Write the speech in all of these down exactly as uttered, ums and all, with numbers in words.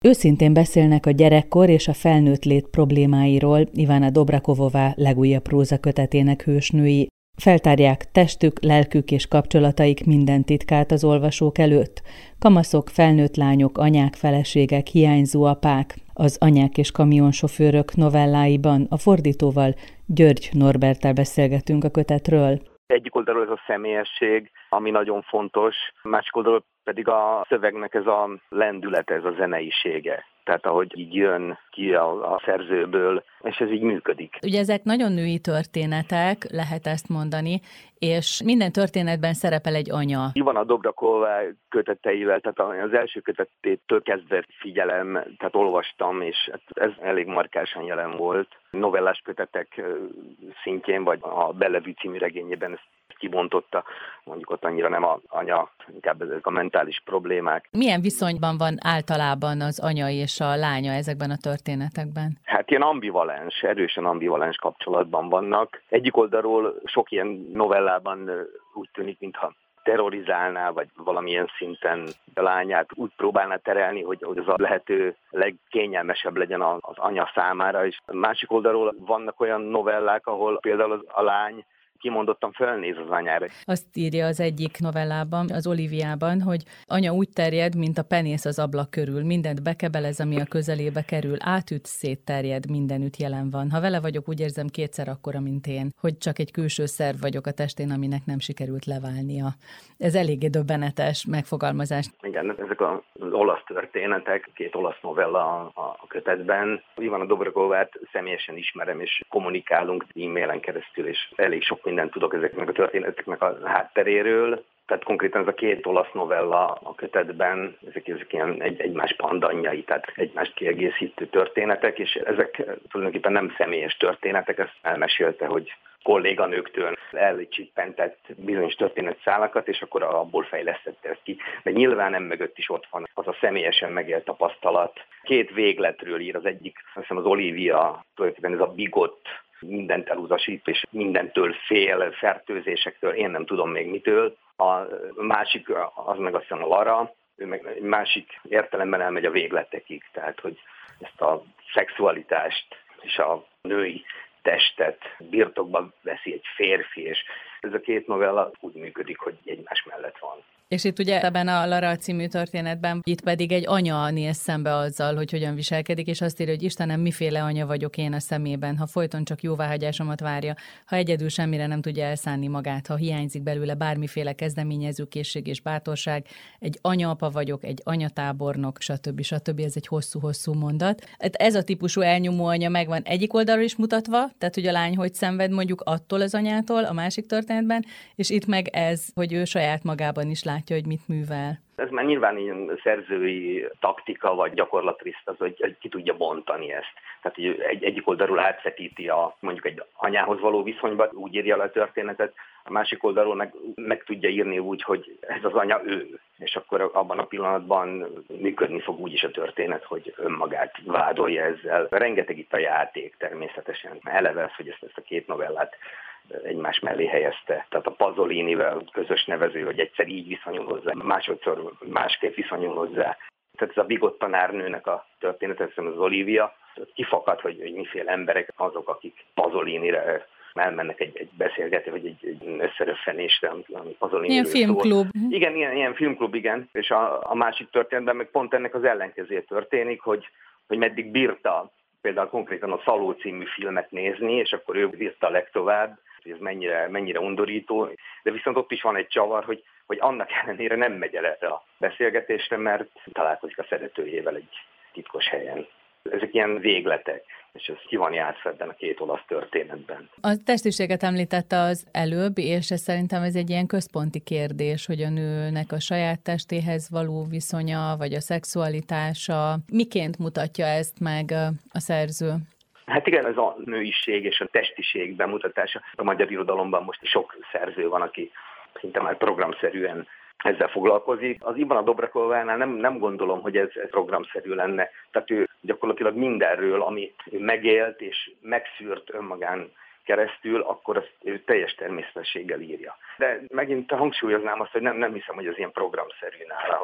Őszintén beszélnek a gyerekkor és a felnőtt lét problémáiról Ivana Dobrakovová legújabb prózakötetének hősnői. Feltárják testük, lelkük és kapcsolataik minden titkát az olvasók előtt. Kamaszok, felnőtt lányok, anyák, feleségek, hiányzó apák. Az Anyák és kamionsofőrök novelláiban a fordítóval, György Norberttel beszélgetünk a kötetről. Egyik oldalról ez a személyesség, ami nagyon fontos, másik oldalról pedig a szövegnek ez a lendülete, ez a zeneisége. Tehát ahogy így jön ki a, a szerzőből, és ez így működik. Ugye ezek nagyon női történetek, lehet ezt mondani, és minden történetben szerepel egy anya. Ivana Dobrakovová köteteivel, tehát az első kötetétől kezdve figyelem, tehát olvastam, és ez elég markánsan jelen volt. Novellás kötetek szintjén, vagy a Bellevű című regényében ezt kibontotta, mondjuk ott annyira nem az anya, inkább ezek a mentális problémák. Milyen viszonyban van általában az anya és a lánya ezekben a történetekben? Hát ilyen ambivalens, erősen ambivalens kapcsolatban vannak. Egyik oldalról sok ilyen novellában úgy tűnik, mintha terrorizálná, vagy valamilyen szinten a lányát úgy próbálná terelni, hogy az a lehető legkényelmesebb legyen az anya számára. És a másik oldalról vannak olyan novellák, ahol például a lány kimondottan felnéz az anyára. Azt írja az egyik novellában, az Oliviában, hogy anya úgy terjed, mint a penész az ablak körül. Mindent bekebelez, ami a közelébe kerül. Átüt, szétterjed, mindenütt jelen van. Ha vele vagyok, úgy érzem kétszer akkora, mint én, hogy csak egy külső szerv vagyok a testén, aminek nem sikerült leválnia. Ez eléggé döbbenetes megfogalmazás. Igen, ezek az olasz történetek, két olasz novella a, a kötetben. Ivana Dobrakovát személyesen ismerem, és kommunikálunk e-mailen keresztül, és elég sok mindent tudok ezeknek a történeteknek a hátteréről. Tehát konkrétan ez a két olasz novella a kötetben, ezek, ezek ilyen egy, egymás pandanjai, tehát egymást kiegészítő történetek, és ezek tulajdonképpen nem személyes történetek, ezt elmesélte, hogy kolléganőktől elcsippentett bizonyos történetszálakat, és akkor abból fejlesztette ezt ki. De nyilván emögött is ott van az a személyesen megélt tapasztalat. Két végletről ír, az egyik, azt hiszem az Olivia, tulajdonképpen ez a bigott, mindent elutasít, és mindentől fél, fertőzésektől, én nem tudom még mitől. A másik, az meg azt hiszem a Lara, ő meg egy másik értelemben elmegy a végletekig, tehát hogy ezt a szexualitást és a női testet birtokba veszi egy férfi, és ez a két novella úgy működik, hogy egymás mellett van. És itt ugye ebben a Lara című történetben, itt pedig egy anya néz szembe azzal, hogy hogyan viselkedik, és azt írja, hogy Istenem, miféle anya vagyok én a szemében, ha folyton csak jóváhagyásomat várja, ha egyedül semmire nem tudja elszánni magát, ha hiányzik belőle bármiféle kezdeményezőkészség és bátorság, egy anya-apa vagyok, egy anyatábornok, stb. stb. Ez egy hosszú-hosszú mondat. Ez a típusú elnyomó anya megvan egyik oldalról is mutatva, tehát hogy a lány hogy szenved mondjuk attól az anyától, a másik történetben, és itt meg ez, hogy ő saját magában is látja, hogy mit művel. Ez már nyilván ilyen szerzői taktika vagy gyakorlatriszt az, hogy, hogy ki tudja bontani ezt. Tehát hogy egy, egyik oldalról átvetíti a, mondjuk egy anyához való viszonyba, úgy írja le a történetet, a másik oldalról meg, meg tudja írni úgy, hogy ez az anya ő. És akkor abban a pillanatban működni fog úgy is a történet, hogy önmagát vádolja ezzel. Rengeteg itt a játék természetesen. Eleve az, hogy ezt, ezt a két novellát egymás mellé helyezte. Tehát a Pasolinivel közös nevező, hogy egyszer így viszonyul hozzá, másodszor másképp viszonyul hozzá. Tehát ez a bigott tanárnőnek a történet, ez az Olivia, kifakad, hogy, hogy miféle emberek azok, akik Pasolinire elmennek egy, egy beszélgető, vagy egy, egy összeröffenésre, ami Pasoliniről szól. Ilyen filmklub. Igen, ilyen, ilyen filmklub, igen. És a, a másik történetben meg pont ennek az ellenkezője történik, hogy, hogy meddig bírta például konkrétan a Szaló című filmet nézni, és akkor ő bírta a legtovább, hogy ez mennyire, mennyire undorító, de viszont ott is van egy csavar, hogy, hogy annak ellenére nem megy el erre a beszélgetésre, mert találkozik a szeretőjével egy titkos helyen. Ezek ilyen végletek, és ez ki van játszva ebben a két olasz történetben. A testiséget említette az előbb, és ez szerintem ez egy ilyen központi kérdés, hogy a nőnek a saját testéhez való viszonya, vagy a szexualitása. Miként mutatja ezt meg a szerző? Hát igen, ez a nőiség és a testiség bemutatása. A magyar irodalomban most sok szerző van, aki szinte már programszerűen ezzel foglalkozik. Az Ivana Dobrakovánál nem, nem gondolom, hogy ez, ez programszerű lenne. Tehát ő gyakorlatilag mindenről, amit ő megélt és megszűrt önmagán keresztül, akkor azt ő teljes természetességgel írja. De megint hangsúlyoznám azt, hogy nem, nem hiszem, hogy ez ilyen programszerű nála, hogy,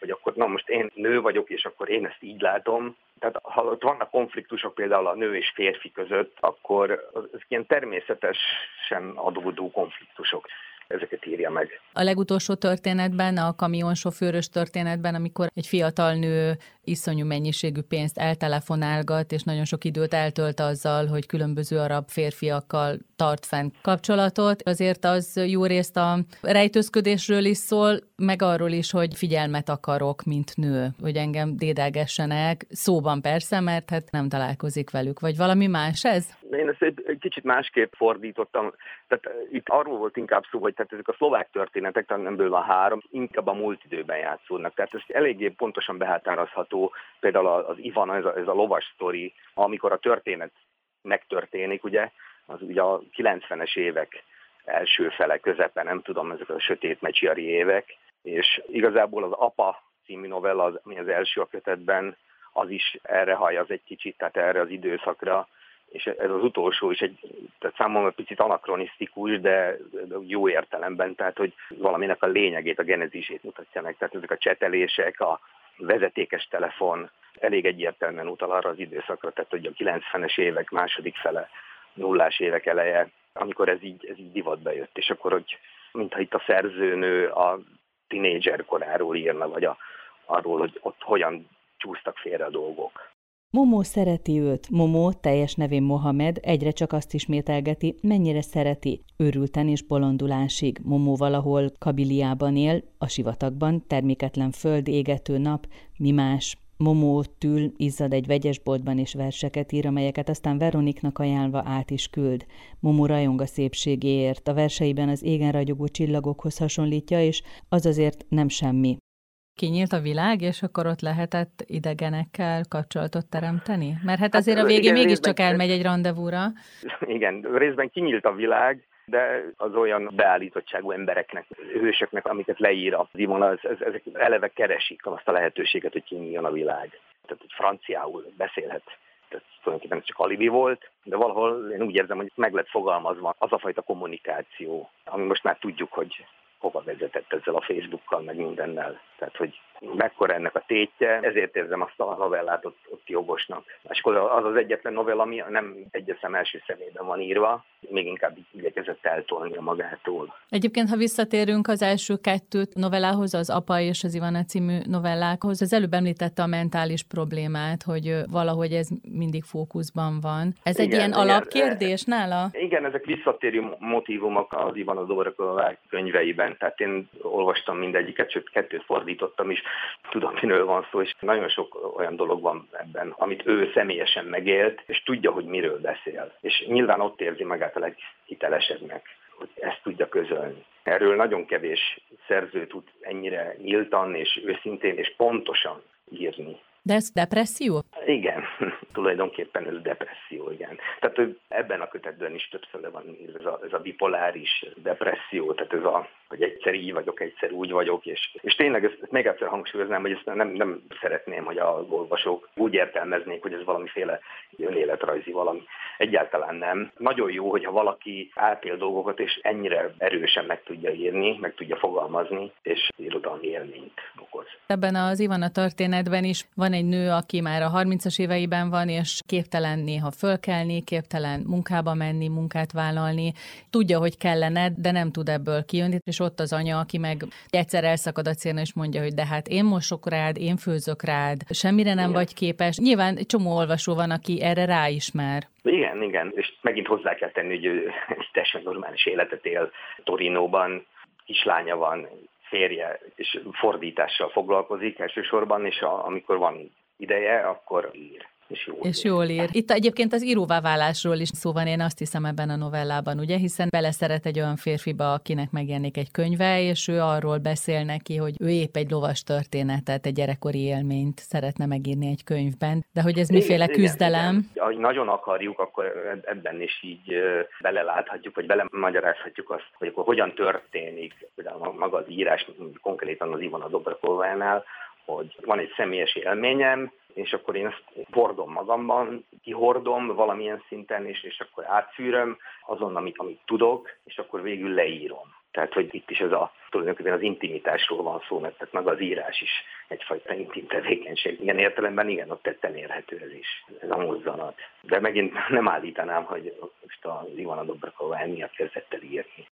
hogy akkor na most én nő vagyok, és akkor én ezt így látom. Tehát ha ott vannak konfliktusok például a nő és férfi között, akkor ezek ilyen természetesen adódó konfliktusok. Ezeket írja meg. A legutolsó történetben, a kamionsofőrös történetben, amikor egy fiatal nő iszonyú mennyiségű pénzt eltelefonálgat, és nagyon sok időt eltölt azzal, hogy különböző arab férfiakkal tart fenn kapcsolatot. Azért az jó részt a rejtőzködésről is szól, meg arról is, hogy figyelmet akarok, mint nő, hogy engem dédelgessenek, szóban persze, mert hát nem találkozik velük. Vagy valami más ez? Én ezt egy kicsit másképp fordítottam. Tehát itt arról volt inkább szó, hogy tehát ezek a szlovák történetek, tehát nem belőle a három, inkább a múlt időben játszódnak. Tehát ez eléggé pontosan behatározható, például az Ivana, ez a, ez a lovas sztori, amikor a történet megtörténik, ugye, az ugye a kilencvenes évek első fele, közepe, nem tudom, ezek a sötét mecsiari évek, és igazából az Apa című novella, az, ami az első a kötetben, az is erre hajaz egy kicsit, tehát erre az időszakra, és ez az utolsó is egy, tehát számomra picit anakronisztikus, de jó értelemben, tehát hogy valaminek a lényegét, a genezisét mutatja meg. Tehát ezek a csetelések, a vezetékes telefon elég egyértelműen utal arra az időszakra, tehát hogy a kilencvenes évek második fele, nullás évek eleje, amikor ez így, ez így divatba jött, és akkor, hogy mintha itt a szerzőnő a tinédzser koráról írna, vagy a, arról, hogy ott hogyan csúsztak félre a dolgok. Momó szereti őt. Momó, teljes nevén Mohamed, egyre csak azt ismételgeti, mennyire szereti, őrülten és bolondulásig. Momó valahol Kabiliában él, a sivatagban, terméketlen föld, égető nap, mi más. Momó tül, izzad egy vegyesboltban és verseket ír, amelyeket aztán Veroniknak ajánlva át is küld. Momó rajong a szépségéért, a verseiben az égen ragyogó csillagokhoz hasonlítja, és az azért nem semmi. Kinyílt a világ, és akkor ott lehetett idegenekkel kapcsolatot teremteni? Mert hát azért hát, a végén mégiscsak elmegy egy randevúra. Igen, részben kinyílt a világ, de az olyan beállítottságú embereknek, hősöknek, amiket leír az Ivona, ez, ez, ezek eleve keresik azt a lehetőséget, hogy kinyíljon a világ. Tehát, hogy franciául beszélhet. Tehát tulajdonképpen csak alibi volt, de valahol én úgy érzem, hogy meg lett fogalmazva az a fajta kommunikáció, ami most már tudjuk, hogy hova vezetett ezzel a Facebookkal, meg mindennel. Tehát, hogy mekkora ennek a tétje, ezért érzem azt a novellát ott, ott jogosnak. És akkor az az egyetlen novella, ami nem egyes szem első szemében van írva, még inkább igyekezett eltolni a magától. Egyébként, ha visszatérünk az első kettő novellához, az Apa és az Ivana című novellákhoz, az előbb említette a mentális problémát, hogy valahogy ez mindig fókuszban van. Ez igen, egy ilyen igen, alapkérdés nála? Igen, ezek visszatérő motívumok az Ivana Dobraková könyveiben. Tehát én olvastam mindegyiket, sőt kettőt fordítottam is, tudom, miről van szó, és nagyon sok olyan dolog van ebben, amit ő személyesen megélt, és tudja, hogy miről beszél. És nyilván ott érzi magát a leghitelesebbnek, hogy ezt tudja közölni. Erről nagyon kevés szerző tud ennyire nyíltan és őszintén és pontosan írni. De ez depresszió? Igen, tulajdonképpen ez depresszió, igen. Tehát ebben a kötetben is többször van ez a, ez a bipoláris depresszió, tehát ez a, hogy egyszer így vagyok, egyszer úgy vagyok, és, és tényleg ezt, ezt még egyszer hangsúlyoznám, hogy ezt nem, nem szeretném, hogy az olvasók úgy értelmeznék, hogy ez valamiféle önéletrajzi valami. Egyáltalán nem. Nagyon jó, hogyha valaki átél dolgokat, és ennyire erősen meg tudja írni, meg tudja fogalmazni, és irodalmi élményt okoz. Ebben az Ivana történetben is van egy nő, aki már a harmincas éveiben van, és képtelen néha fölkelni, képtelen munkába menni, munkát vállalni. Tudja, hogy kellene, de nem tud ebből kijönni, és ott az anya, aki meg egyszer elszakad a célna, és mondja, hogy de hát én mosok rád, én főzök rád, semmire nem igen. vagy képes. Nyilván egy csomó olvasó van, aki erre ráismer. Igen, igen, és megint hozzá kell tenni, hogy ő egy teljesen normális életet él Torinóban, kislánya van, férje, és fordítással foglalkozik elsősorban, és a, amikor van ideje, akkor ír. És jól, és jól ír. Itt egyébként az íróvá válásról is szó van, én azt hiszem ebben a novellában, ugye, hiszen beleszeret egy olyan férfiba, akinek megjelenik egy könyve, és ő arról beszél neki, hogy ő épp egy lovas történetet, egy gyerekkori élményt szeretne megírni egy könyvben, de hogy ez igen, miféle igen, küzdelem. Igen. Ha nagyon akarjuk, akkor ebben is így beleláthatjuk, vagy belemagyarázhatjuk azt, hogy akkor hogyan történik, például maga az írás, konkrétan az Ivana Dobrakovánál, hogy van egy személyes élményem, és akkor én ezt hordom magamban, kihordom valamilyen szinten, és, és akkor átszűröm azon, amit, amit tudok, és akkor végül leírom. Tehát, hogy itt is ez a tulajdonképpen az intimitásról van szó, mert tehát maga az írás is egyfajta intim tevékenység. Igen, értelemben igen, ott tetten érhető ez is, ez a mozzanat. De megint nem állítanám, hogy most az Ivana Dobrakova emiatt kezdett el írni.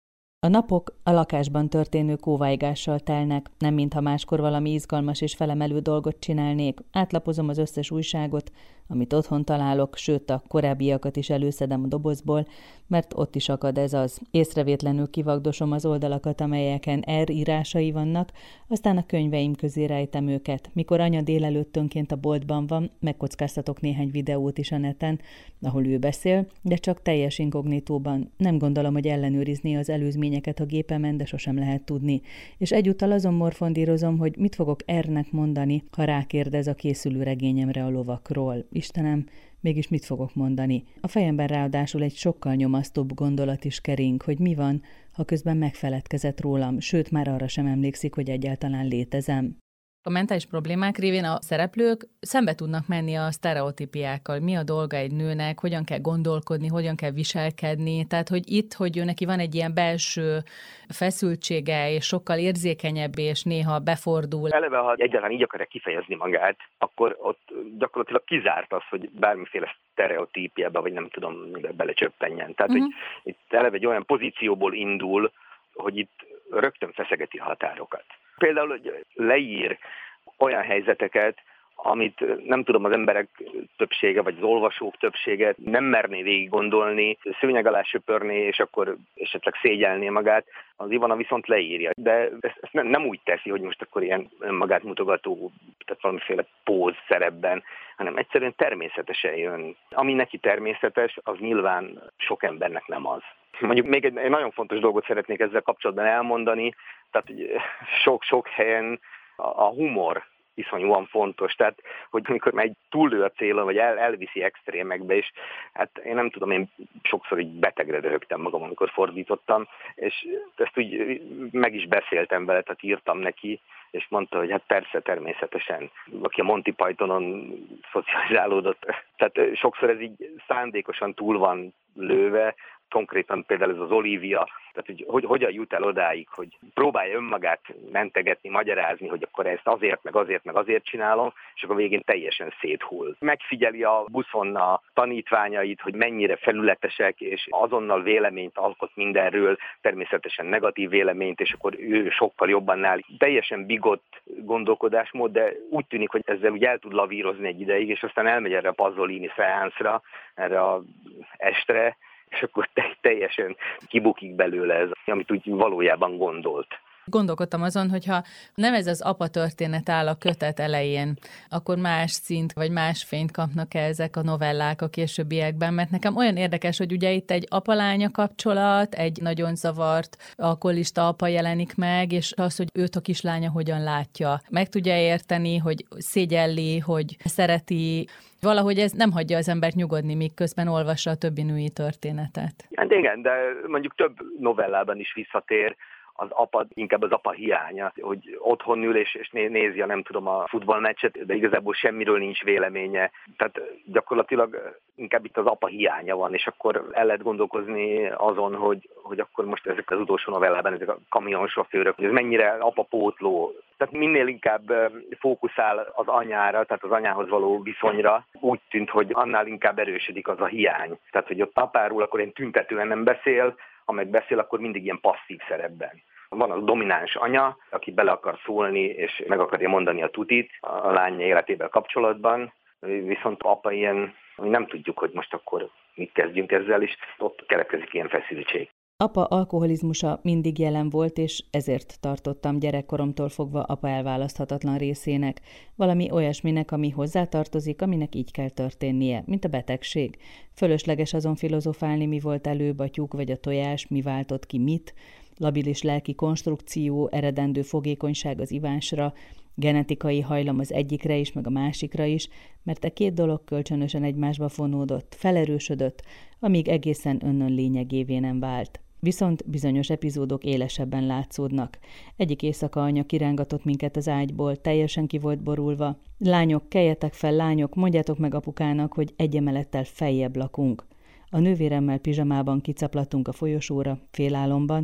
A napok a lakásban történő kóválygással telnek, nem mintha máskor valami izgalmas és felemelő dolgot csinálnék. Átlapozom az összes újságot, amit otthon találok, sőt a korábbiakat is előszedem a dobozból, mert ott is akad ez az. Észrevétlenül kivagdosom az oldalakat, amelyeken R írásai vannak, aztán a könyveim közé rejtem őket. Mikor anya délelőttönként a boltban van, megkockáztatok néhány videót is a neten, ahol ő beszél, de csak teljes inkognitóban. Nem gondolom, hogy ellenőrizni az előzményeket a gépemen, de sosem lehet tudni. És egyúttal azon morfondírozom, hogy mit fogok R-nek mondani, ha rákérdez a készülő regényemre a lovakról. Istenem, mégis mit fogok mondani? A fejemben ráadásul egy sokkal nyomasztóbb gondolat is kering, hogy mi van, ha közben megfeledkezett rólam, sőt már arra sem emlékszik, hogy egyáltalán létezem. A mentális problémák révén a szereplők szembe tudnak menni a sztereotípiákkal. Mi a dolga egy nőnek, hogyan kell gondolkodni, hogyan kell viselkedni. Tehát, hogy itt, hogy ő neki van egy ilyen belső feszültsége, és sokkal érzékenyebb, és néha befordul. Eleve, ha egyáltalán így akarja kifejezni magát, akkor ott gyakorlatilag kizárt az, hogy bármiféle sztereotípiába, vagy nem tudom, belecsöppenjen. Tehát, uh-huh. hogy itt eleve egy olyan pozícióból indul, hogy itt rögtön feszegeti a határokat. Például, hogy leír olyan helyzeteket, amit nem tudom, az emberek többsége, vagy az olvasók többsége nem merné végig gondolni, szőnyeg alá söpörné, és akkor esetleg szégyelné magát. Az Ivana viszont leírja. De ezt, ezt nem, nem úgy teszi, hogy most akkor ilyen önmagát mutogató, tehát valamiféle póz szerepben, hanem egyszerűen természetesen jön. Ami neki természetes, az nyilván sok embernek nem az. Mondjuk még egy, egy nagyon fontos dolgot szeretnék ezzel kapcsolatban elmondani, tehát sok-sok helyen a, a humor iszonyúan fontos, tehát hogy amikor megy túllő a célon, vagy el, elviszi extrémekbe, és hát én nem tudom, én sokszor így betegre röhögtem magam, amikor fordítottam, és ezt úgy meg is beszéltem vele, tehát írtam neki, és mondta, hogy hát persze, természetesen, aki a Monty Pythonon szocializálódott, tehát sokszor ez így szándékosan túl van lőve, konkrétan például ez az Olivia, tehát hogy, hogy hogyan jut el odáig, hogy próbálja önmagát mentegetni, magyarázni, hogy akkor ezt azért, meg azért, meg azért csinálom, és akkor végén teljesen széthull. Megfigyeli a buszon a tanítványait, hogy mennyire felületesek, és azonnal véleményt alkot mindenről, természetesen negatív véleményt, és akkor ő sokkal jobban áll. Teljesen bigott gondolkodásmód, de úgy tűnik, hogy ezzel úgy el tud lavírozni egy ideig, és aztán elmegy erre a Pasolini szeánszra, erre a estre, és akkor teljesen kibukik belőle ez, amit úgy valójában gondolt. Gondolkodtam azon, hogyha nem ez az apa történet áll a kötet elején, akkor más szint vagy más fényt kapnak ezek a novellák a későbbiekben, mert nekem olyan érdekes, hogy ugye itt egy apa-lánya kapcsolat, egy nagyon zavart alkoholista apa jelenik meg, és az, hogy őt a kislánya hogyan látja. Meg tudja érteni, hogy szégyelli, hogy szereti, valahogy ez nem hagyja az embert nyugodni, míg közben olvassa a többi női történetet. Hát igen, de mondjuk több novellában is visszatér az apa, inkább az apa hiánya, hogy otthon ül és, és nézi a nem tudom a futballmeccset, de igazából semmiről nincs véleménye. Tehát gyakorlatilag inkább itt az apa hiánya van, és akkor el lehet gondolkozni azon, hogy, hogy akkor most ezek az utolsó novellában, ezek a kamionsofőrök, hogy ez mennyire apapótló. Tehát minél inkább fókuszál az anyára, tehát az anyához való viszonyra, úgy tűnt, hogy annál inkább erősödik az a hiány. Tehát, hogy ott apáról akkor én tüntetően nem beszél, ha meg beszél, akkor mindig ilyen passzív szerepben. Van a domináns anya, aki bele akar szólni, és meg akarja mondani a tutit a lánya életével kapcsolatban, viszont apa ilyen, nem tudjuk, hogy most akkor mit kezdjünk ezzel, és ott keletkezik ilyen feszültség. Apa alkoholizmusa mindig jelen volt, és ezért tartottam gyerekkoromtól fogva apa elválaszthatatlan részének, valami olyasminek, ami hozzátartozik, aminek így kell történnie, mint a betegség. Fölösleges azon filozofálni, mi volt előbb, a tyúk vagy a tojás, mi váltott ki mit, labilis lelki konstrukció, eredendő fogékonyság az ivásra, genetikai hajlam az egyikre is, meg a másikra is, mert a két dolog kölcsönösen egymásba fonódott, felerősödött, amíg egészen önnön lényegévé nem vált. Viszont bizonyos epizódok élesebben látszódnak. Egyik éjszaka anya kirángatott minket az ágyból, teljesen ki volt borulva. Lányok, keljetek fel, lányok, mondjátok meg apukának, hogy egy emelettel feljebb lakunk. A nővéremmel pizsamában kicaplatunk a folyosóra, félálomban,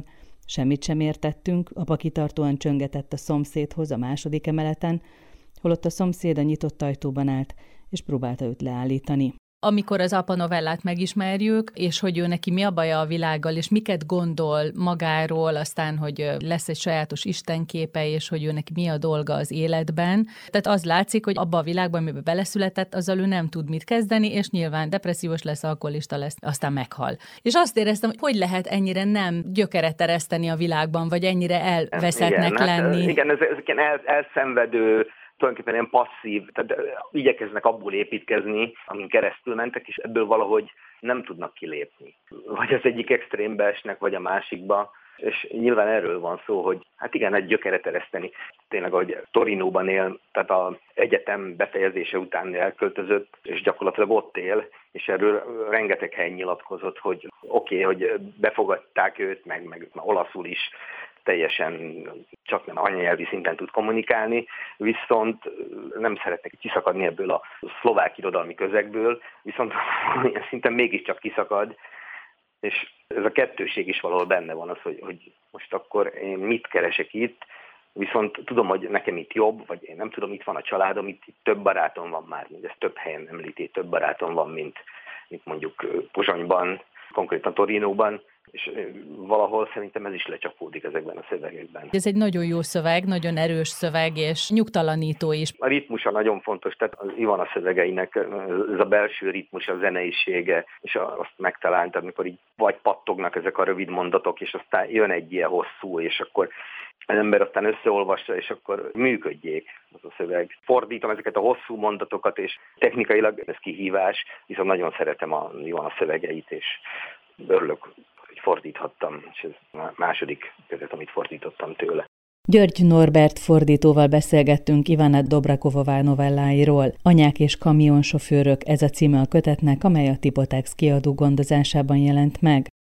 Semmit sem értettünk, apa kitartóan csöngetett a szomszédhoz a második emeleten, holott a szomszéd a nyitott ajtóban állt, és próbálta őt leállítani. Amikor az apa novellát megismerjük, és hogy ő neki mi a baja a világgal, és miket gondol magáról, aztán, hogy lesz egy sajátos istenképe, és hogy ő neki mi a dolga az életben. Tehát az látszik, hogy abba a világban, amiben beleszületett, azzal ő nem tud mit kezdeni, és nyilván depressziós lesz, alkoholista lesz, aztán meghal. És azt éreztem, hogy hogy lehet ennyire nem gyökeret ereszteni a világban, vagy ennyire elveszettnek igen, lenni. Hát, igen, ez, ezek ilyen el, elszenvedő, tulajdonképpen ilyen passzív, tehát igyekeznek abból építkezni, amin keresztül mentek, és ebből valahogy nem tudnak kilépni. Vagy az egyik extrémbe esnek, vagy a másikba, és nyilván erről van szó, hogy hát igen, egy gyökeret ereszteni. Tényleg, ahogy Torinóban él, tehát az egyetem befejezése után elköltözött, és gyakorlatilag ott él, és erről rengeteg helyen nyilatkozott, hogy oké, okay, hogy befogadták őt, meg, meg olaszul is, teljesen csak nem anyanyelvi szinten tud kommunikálni, viszont nem szeretnek kiszakadni ebből a szlovák irodalmi közegből, viszont ilyen szinten mégiscsak kiszakad, és ez a kettőség is valahol benne van az, hogy, hogy most akkor én mit keresek itt, viszont tudom, hogy nekem itt jobb, vagy én nem tudom, itt van a családom, itt, itt több barátom van már, mint ez több helyen említi, több barátom van, mint, mint mondjuk Pozsonyban, konkrétan Torinóban, és valahol szerintem ez is lecsapódik ezekben a szövegekben. Ez egy nagyon jó szöveg, nagyon erős szöveg, és nyugtalanító is. A ritmusa nagyon fontos, tehát az Ivana szövegeinek ez a belső ritmus, a zeneisége, és azt megtalálni, tehát amikor így vagy pattognak ezek a rövid mondatok, és aztán jön egy ilyen hosszú, és akkor az ember aztán összeolvassa, és akkor működjék az a szöveg. Fordítom ezeket a hosszú mondatokat, és technikailag ez kihívás, viszont nagyon szeretem a Ivana szövegeit, és örülök, hogy fordíthattam, és ez a második kötet, amit fordítottam tőle. György Norbert fordítóval beszélgettünk Ivana Dobrakovová novelláiról. Anyák és kamionsofőrök, ez a címe a kötetnek, amely a Tipotex kiadó gondozásában jelent meg.